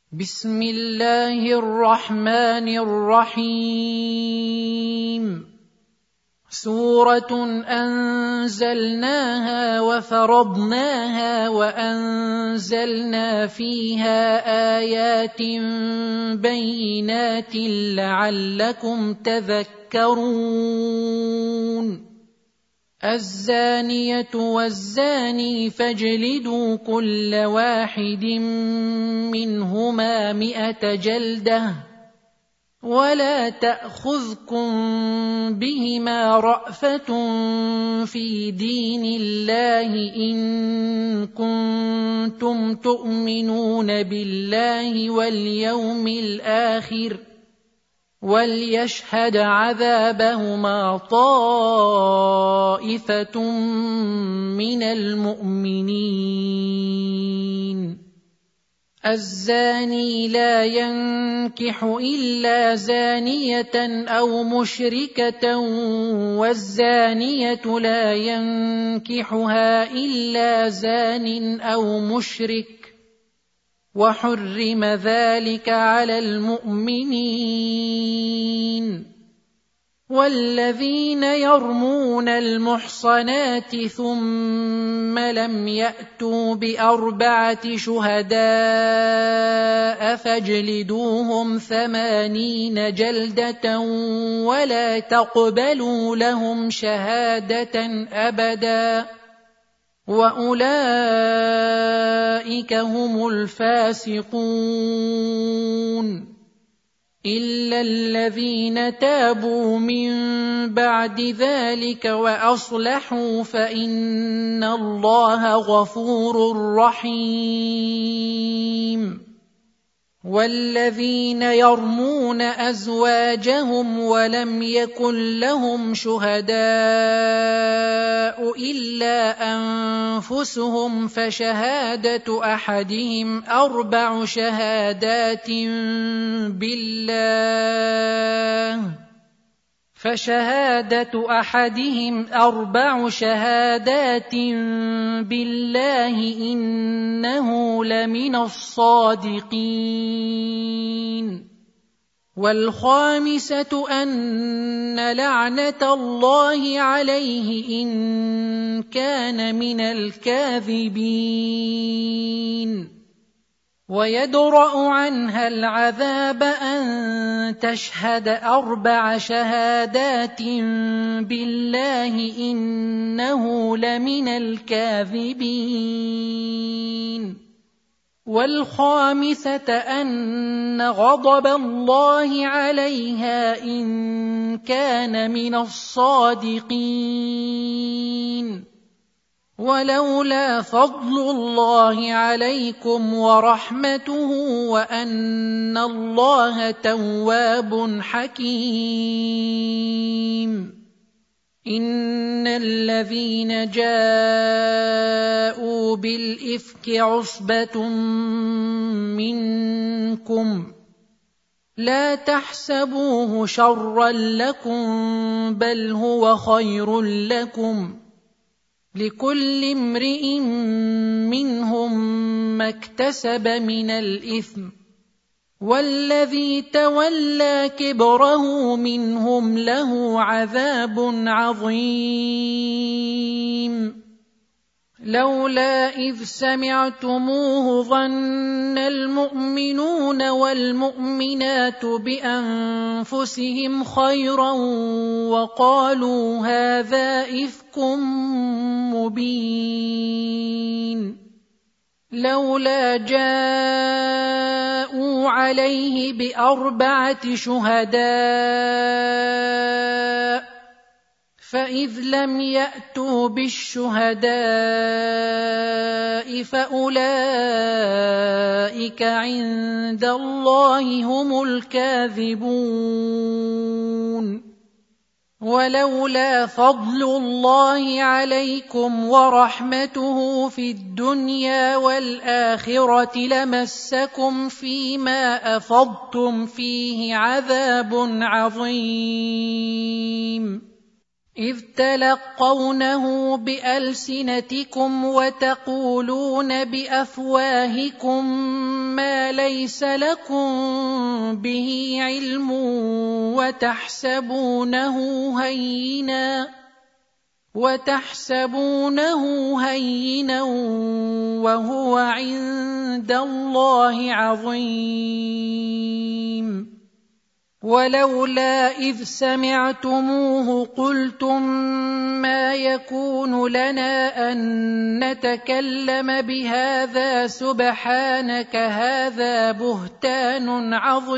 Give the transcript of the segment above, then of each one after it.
بسم الله الرحمن الرحيم. سورة أنزلناها وفرضناها وأنزلنا فيها آيات بينات لعلكم تذكرون. الزانية والزاني فاجلدوا كل واحد منهما 100 جلدة ولا تأخذكم بهما رأفة في دين الله إن كنتم تؤمنون بالله واليوم الآخر وليشهد عذابهما طائفة من المؤمنين. الزاني لا ينكح إلا زانية أو مشركة والزانية لا ينكحها إلا زان أو مشرك وحرم ذلك على المؤمنين. والذين يرمون المحصنات ثم لم يأتوا ب4 شهداء فاجلدوهم 80 جلدة ولا تقبلوا لهم شهادة أبدا وأولئك هم الفاسقون. إلا الذين تابوا من بعد ذلك وأصلحوا فإن الله غفور رحيم. والذين يرمون أزواجهم ولم يكن لهم شهداء إلا أنفسهم فشهادة أحدهم 4 شهادات بالله إنه لمن الصادقين. والخامسة أن لعنة الله عليه إن كان من الكاذبين. ويدرأ عنها العذاب أن تشهد 4 شهادات بالله إنه لمن الكاذبين. والخامسة أن غضب الله عليها إن كان من الصادقين. ولولا فضل الله عليكم ورحمته وأن الله تواب حكيم. إن الذين جاءوا بالإفك عصبة منكم لا تحسبوه شرا لكم بل هو خير لكم لكل امرئ منهم ما اكتسب من الإثم والذي تولى كبره منهم له عذاب عظيم. لولا إذ سمعتموه ظن المؤمنون والمؤمنات بأنفسهم خيرا وقالوا هذا إفك مبين. لولا جاءوا عليه ب4 شهداء فإذ لم يأتوا بالشهداء فأولئك عند الله هم الكاذبون. ولولا فضل الله عليكم ورحمته في الدنيا والآخرة لمسكم فيما أفضتم فيه عذاب عظيم. إذ تلقونه بألسنتكم وتقولون بأفواهكم ما ليس لكم به علم وتحسبونه هينا وهو عند الله عظيم. ولولا إذ سمعتموه قلتم ما يكون لنا أن نتكلم بهذا سبحانك هذا بهتان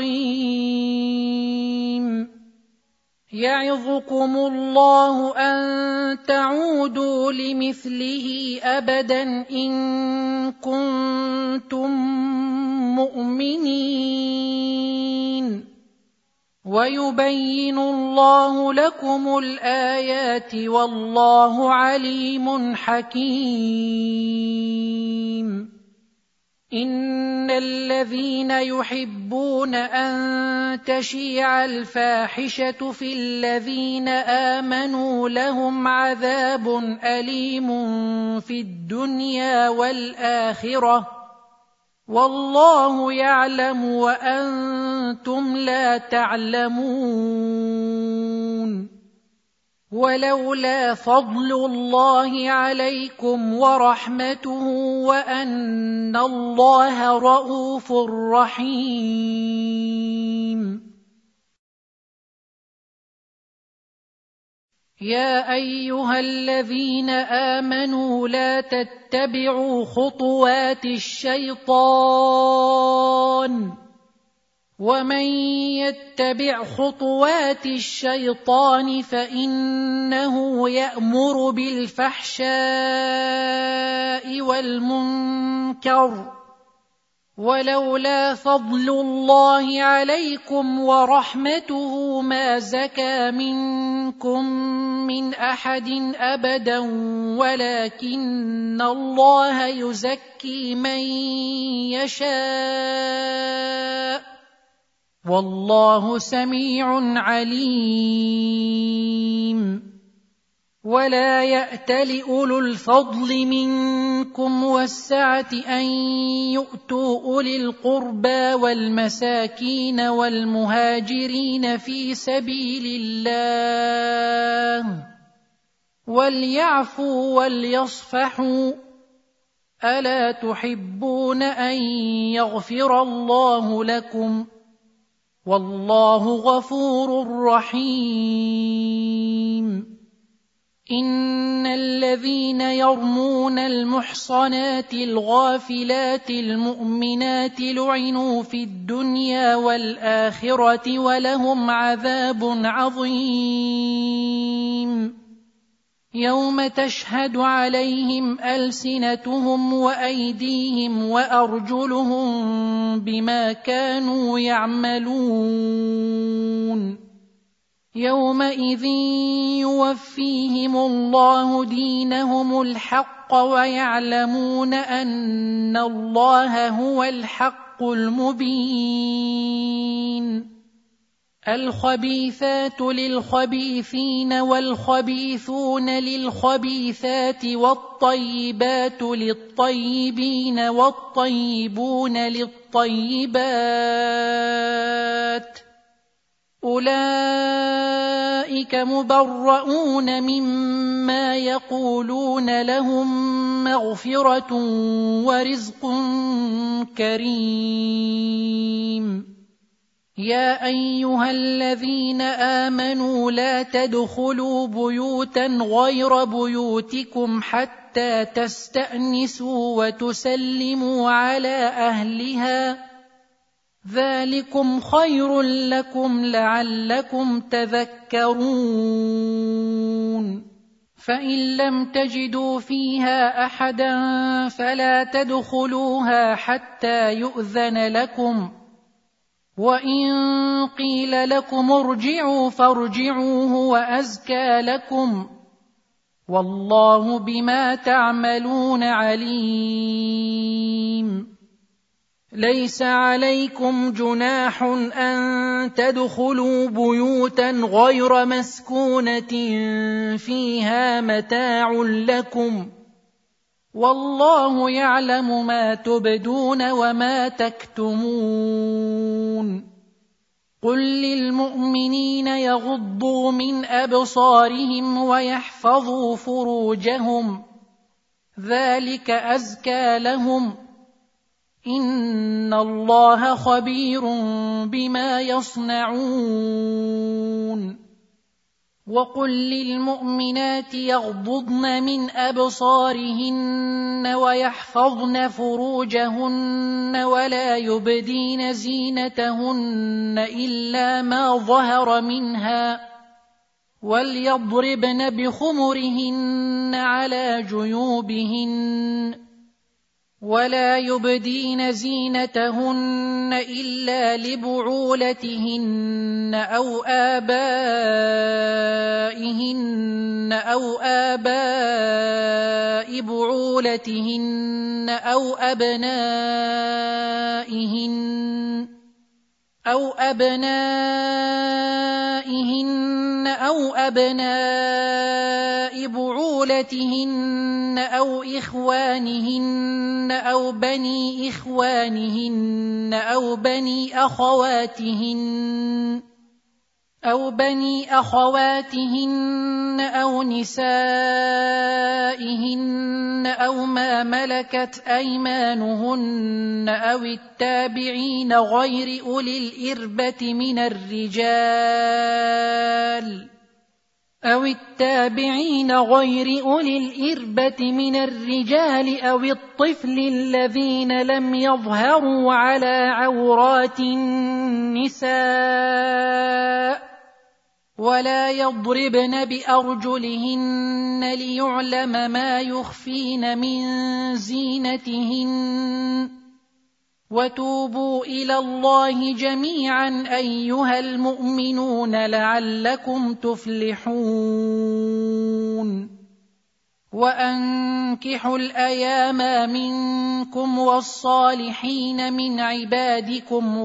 عظيم. يعظكم الله أن تعودوا لمثله أبدا إن كنتم مؤمنين. ويبين الله لكم الآيات والله عليم حكيم. إن الذين يحبون أن تشيع الفاحشة في الذين آمنوا لهم عذاب أليم في الدنيا والآخرة والله يعلم وأنتم لا تعلمون. ولولا فضل الله عليكم ورحمته وأن الله رءوف رحيم. يا أيها الذين آمنوا لا تتبعوا خطوات الشيطان ومن يتبع خطوات الشيطان فإنه يأمر بالفحشاء والمنكر. ولولا فضل الله عليكم ورحمته ما زكى منكم من أحد أبدا ولكن الله يزكي من يشاء والله سميع عليم. ولا يأتل أولو الفضل منكم والسعة أن يؤتوا أولي القربى والمساكين والمهاجرين في سبيل الله وليعفوا وليصفحوا ألا تحبون أن يغفر الله لكم والله غفور رحيم. إن الذين يرمون المحصنات الغافلات المؤمنات لعنوا في الدنيا والآخرة ولهم عذاب عظيم. يوم تشهد عليهم ألسنتهم وأيديهم وأرجلهم بما كانوا يعملون. يومئذ يوفيهم الله دينهم الحق ويعلمون أن الله هو الحق المبين. الخبيثات للخبيثين والخبيثون للخبيثات والطيبات للطيبين والطيبون للطيبات أولئك مبرؤون مما يقولون لهم مغفرة ورزق كريم. يا أيها الذين آمنوا لا تدخلوا بيوتا غير بيوتكم حتى تستأنسوا وتسلموا على أهلها ذلكم خير لكم لعلكم تذكرون. فإن لم تجدوا فيها أحدا فلا تدخلوها حتى يؤذن لكم وإن قيل لكم ارجعوا فارجعوا هو أزكى لكم والله بما تعملون عليم. ليس عليكم جناح أن تدخلوا بيوتا غير مسكونة فيها متاع لكم والله يعلم ما تبدون وما تكتمون قل للمؤمنين يغضوا من أبصارهم ويحفظوا فروجهم ذلك أزكى لهم إن الله خبير بما يصنعون وقل للمؤمنات يغضضن من أبصارهن ويحفظن فروجهن ولا يبدين زينتهن إلا ما ظهر منها وليضربن بخمرهن على جيوبهن ولا يبدين زينتهن إلا لبعولتهن أو آباء بعولتهن أو أبنائهن أو بعولتهن أو إخوانهن أو بني إخوانهن أو بني أخواتهن أو نسائهن أو ما ملكت أيمانهن أو التابعين غير أولي الإربة من الرجال أو الطفل الذين لم يظهروا على عورات النساء ولا يضربن بأرجلهن ليعلم ما يخفين من زينتهن وتوبوا إلى الله جميعا أيها المؤمنون لعلكم تفلحون وأنكحوا الأيام منكم والصالحين من عبادكم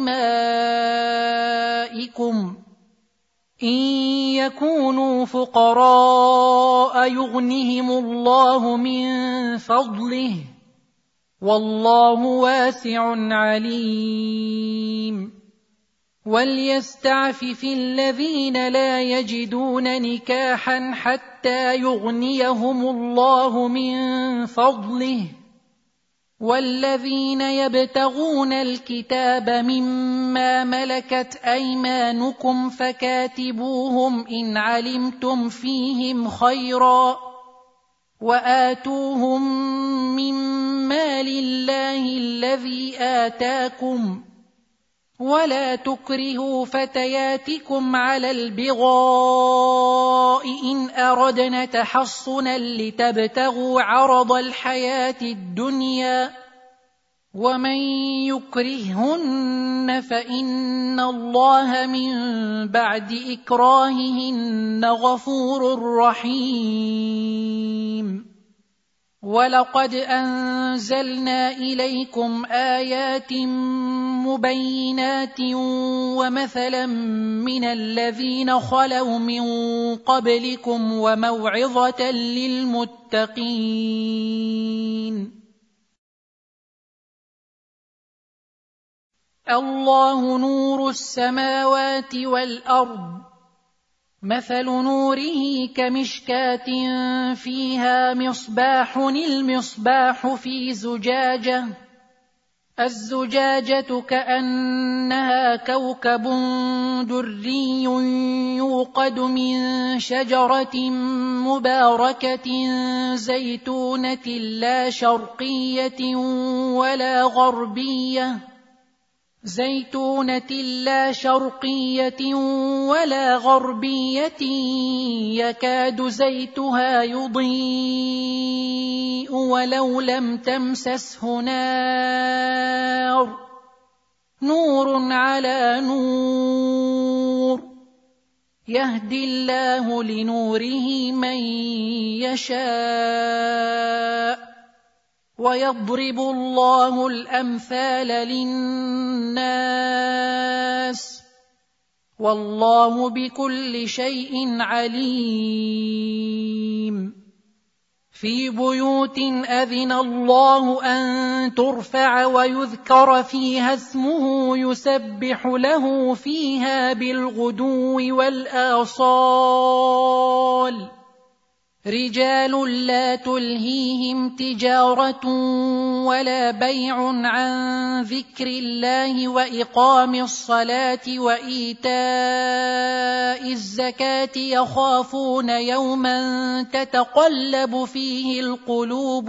وإمائكم إن يكونوا فقراء يغنهم الله من فضله والله واسع عليم وليستعفف الذين لا يجدون نكاحا حتى يغنيهم الله من فضله والذين يبتغون الكتاب مما ملكت أيمانكم فكاتبوهم إن علمتم فيهم خيرا وآتوهم من مال الله الذي آتاكم ولا تكرهوا فتياتكم على البغاء إن أردنا تحصنا لتبتغوا عرض الحياة الدنيا ومن يكرههن فإن الله من بعد إكراههن غفور رحيم ولقد أنزلنا إليكم آيات مبينات ومثلا من الذين خلوا من قبلكم وموعظة للمتقين الله نور السماوات والأرض مثل نوره كمشكاة فيها مصباح المصباح في زجاجة الزجاجة كأنها كوكب دري يوقد من شجرة مباركة زيتونة لا شرقية ولا غربية يكاد زيتها يضيء ولو لم تمسسه نار نور على نور يهدي الله لنوره من يشاء ويضرب الله الأمثال للناس والله بكل شيء عليم في بيوت أذن الله أن ترفع ويذكر فيها اسمه يسبح له فيها بالغدو والآصال رجال لا تلهيهم تجارة ولا بيع عن ذكر الله وإقام الصلاة وإيتاء الزكاة يخافون يوما تتقلب فيه القلوب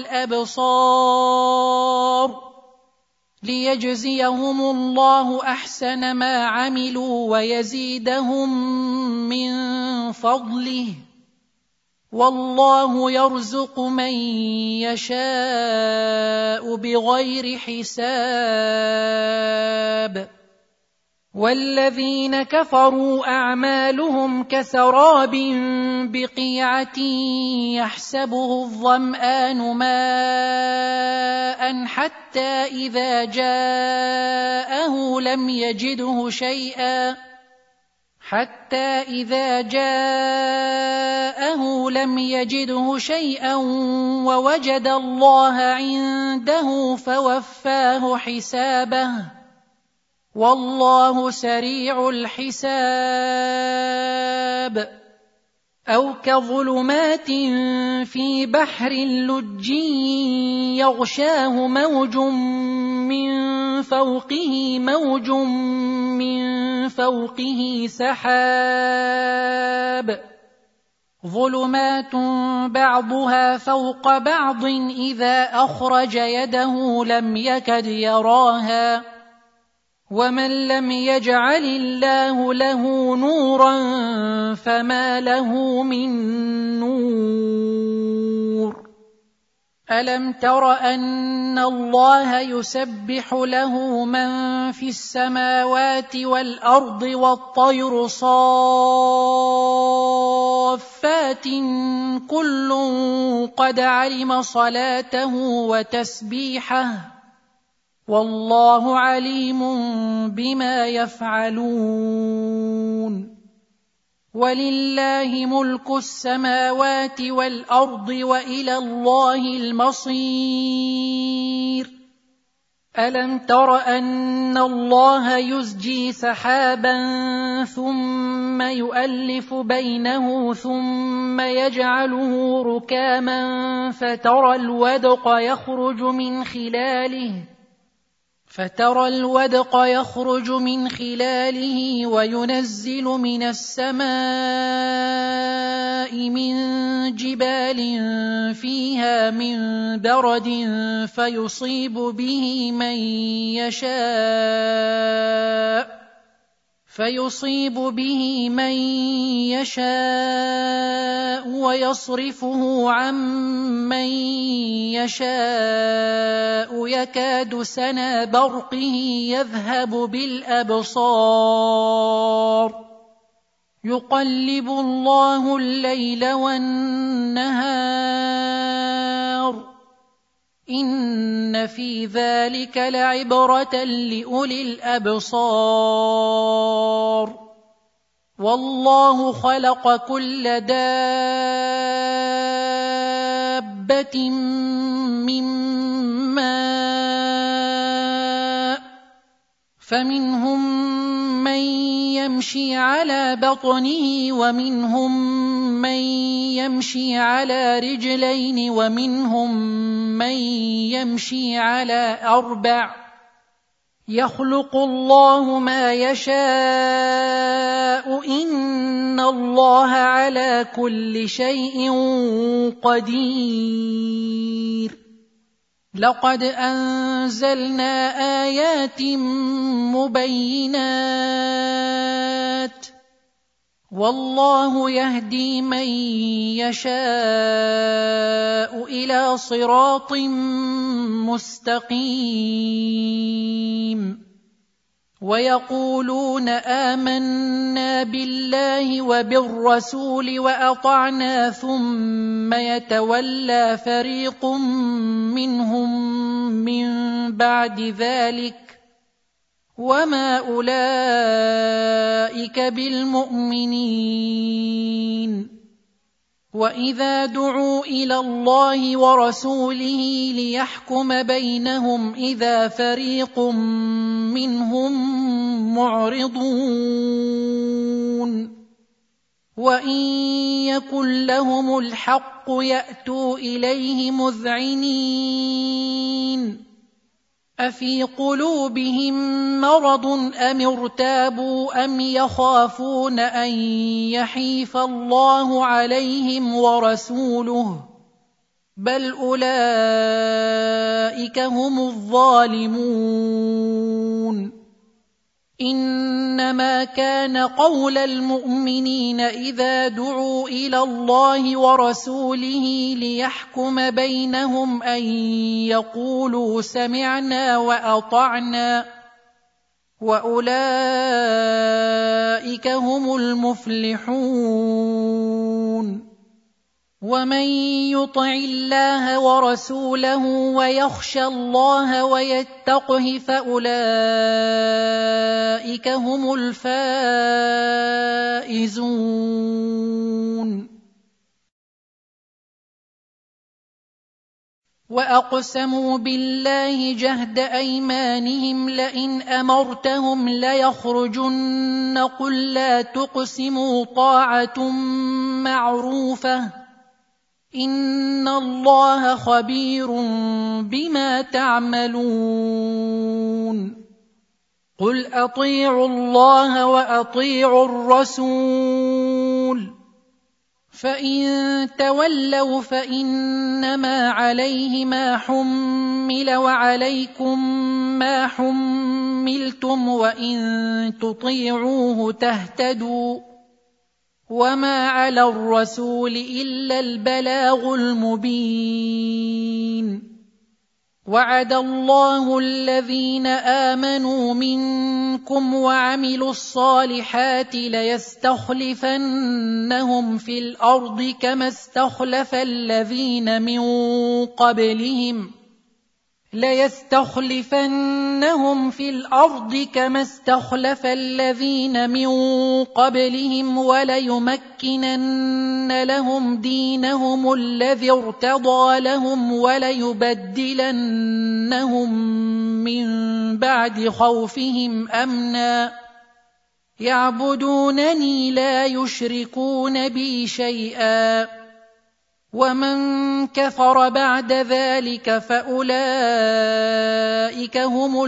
والأبصار ليجزيهم الله أحسن ما عملوا ويزيدهم من فضله والله يرزق من يشاء بغير حساب والذين كفروا أعمالهم كسراب بقيعة يحسبه الظمآن ماء حتى إذا جاءه لم يجده شيئا ووجد الله عنده فوفاه حسابه والله سريع الحساب أو كظلمات في بحر لج يغشاه موج من فوقه سحاب ظلمات بعضها فوق بعض إذا أخرج يده لم يكد يراها ومن لم يجعل الله له نورا فما له من نور ألم تر أن الله يسبح له من في السماوات والأرض والطير صافات كل قد علم صلاته وتسبيحه والله عليم بما يفعلون ولله ملك السماوات والأرض وإلى الله المصير ألم تر أن الله يزجي سحابا ثم يؤلف بينه ثم يجعله ركاما فترى الودق يخرج من خلاله وينزل من السماء من جبال فيها من برد فيصيب به من يشاء ويصرفه عن من يشاء يكاد سنا برقه يذهب بالأبصار يقلب الله الليل والنهار إن في ذلك لعبرة لأولي الأبصار والله خلق كل دابة من ماء فمنهم من يمشي على بطنه ومنهم من يمشي على رجلين ومنهم من يمشي على 4 يخلق الله ما يشاء إن الله على كل شيء قدير لقد أنزلنا آيات مبينات والله يهدي من يشاء إلى صراط مستقيم ويقولون آمنا بالله وبالرسول وأطعنا ثم يتولى فريق منهم من بعد ذلك وما أولئك بالمؤمنين وإذا دعوا إلى الله ورسوله ليحكم بينهم إذا فريق منهم معرضون وإن يكن لهم الحق يأتوا إليه مذعنين أفي قلوبهم مرض أم ارتابوا أم يخافون أن يحيف الله عليهم ورسوله بل أولئك هم الظالمون إنما كان قول المؤمنين إذا دعوا إلى الله ورسوله ليحكم بينهم أن يقولوا سمعنا وأطعنا وأولئك هم المفلحون ومن يطع الله ورسوله ويخشى الله ويتقه فأولئك هم الفائزون وأقسموا بالله جهد أيمانهم لئن أمرتهم ليخرجن قل لا تقسموا طاعة معروفة إن الله خبير بما تعملون قل أطيعوا الله وأطيعوا الرسول فإن تولوا فإنما عليه ما حمل وعليكم ما حملتم وإن تطيعوه تهتدوا وما على الرسول إلا البلاغ المبين وعد الله الذين آمنوا منكم وعملوا الصالحات ليستخلفنهم في الأرض كما استخلف الذين من قبلهم وليمكنن لهم دينهم الذي ارتضى لهم وليبدلنهم من بعد خوفهم أمنا يعبدونني لا يشركون بي شيئا ومن كفر بعد ذلك فأولئك هم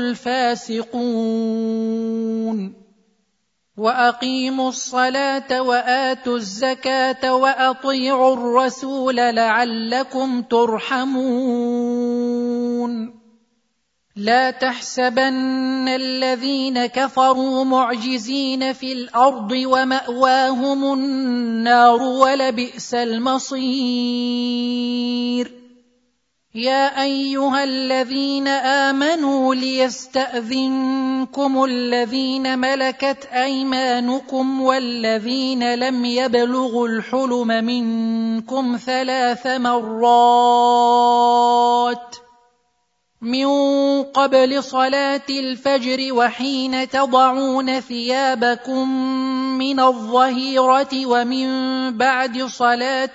الفاسقون وأقيموا الصلاة وآتوا الزكاة وأطيعوا الرسول لعلكم ترحمون لا تحسبن الذين كفروا معجزين في الأرض ومأواهم النار ولبئس المصير يا أيها الذين آمنوا ليستأذنكم الذين ملكت أيمانكم والذين لم يبلغوا الحلم منكم 3 مرات من قبل صلاة الفجر وحين تضعون ثيابكم من الظهيرة ومن بعد صلاة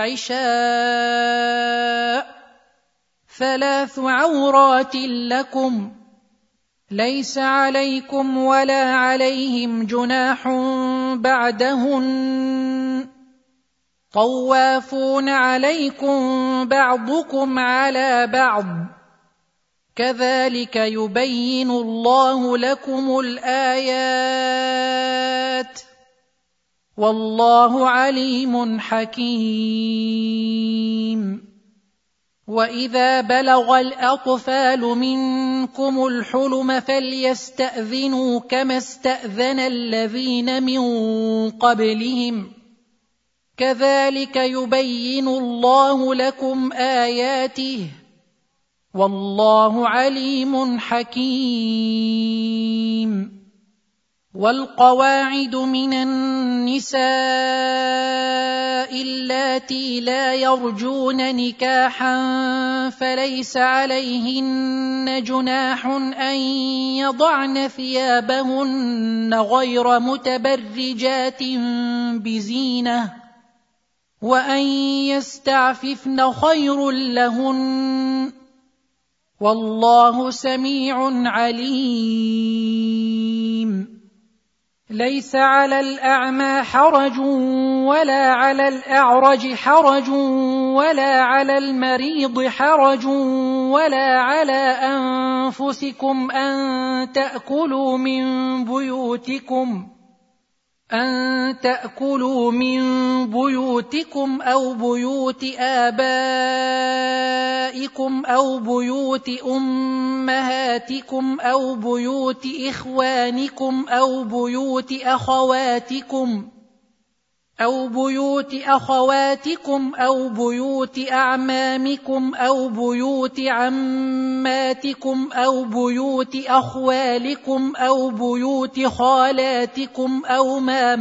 العشاء 3 عورات لكم ليس عليكم ولا عليهم جناح بعدهن طوافون عليكم بعضكم على بعض كذلك يبين الله لكم الآيات والله عليم حكيم وإذا بلغ الأطفال منكم الحلم فليستأذنوا كما استأذن الذين من قبلهم كذلك يبين الله لكم آياته والله عليم حكيم والقواعد من النساء اللاتي لا يرجون نكاحا فليس عليهن جناح أن يضعن ثيابهن غير متبرجات بزينة وأن يستعففن خير لهن والله سميع عليم. ليس على الأعمى حرج ولا على الأعرج حرج ولا على المريض حرج ولا على أنفسكم أن تأكلوا من بيوتكم أو بيوت آبائكم أو بيوت أمهاتكم أو بيوت إخوانكم أو بيوت أخواتكم أو بيوت أعمامكم أو بيوت عماتكم أو بيوت أخوالكم أو بيوت خالاتكم أو ما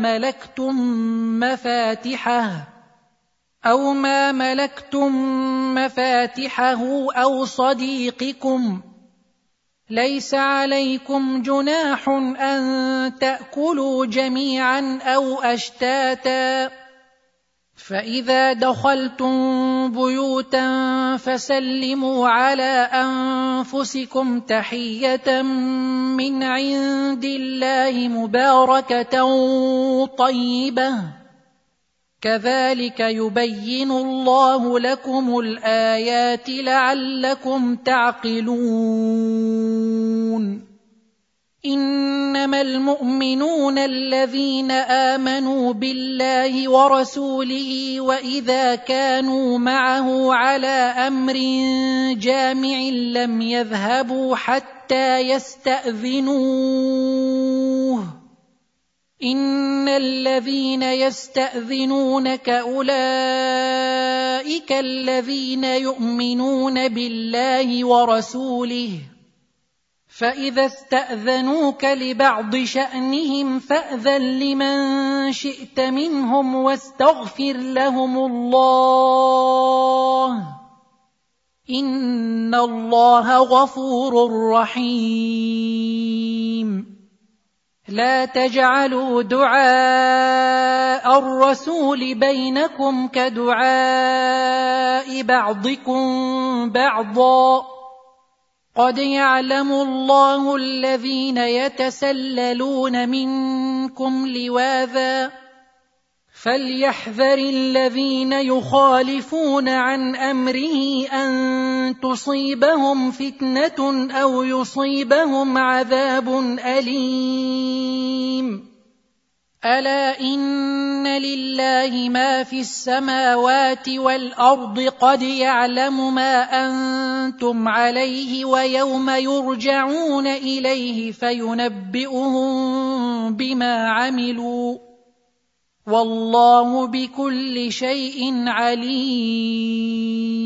ملكتم مفاتحه أو صديقكم. ليس عليكم جناح أن تأكلوا جميعا أو أشتاتا فإذا دخلتم بيوتا فسلموا على أنفسكم تحية من عند الله مباركة طيبة كذلك يبين الله لكم الآيات لعلكم تعقلون. إنما المؤمنون الذين آمنوا بالله ورسوله وإذا كانوا معه على أمر جامع لم يذهبوا حتى يستأذنوه. إن الذين يستأذنونك أولئك الذين يؤمنون بالله ورسوله فإذا استأذنوك لبعض شأنهم فأذن لمن شئت منهم واستغفر لهم الله إن الله غفور رحيم. لا تجعلوا دعاء الرسول بينكم كدعاء بعضكم بعضا قد يعلم الله الذين يتسللون منكم لواذا فليحذر الذين يخالفون عن أمره أن تصيبهم فتنة أو يصيبهم عذاب أليم. ألا إن لله ما في السماوات والأرض قد يعلم ما أنتم عليه ويوم يرجعون إليه فينبئهم بما عملوا والله بكل شيء عليم.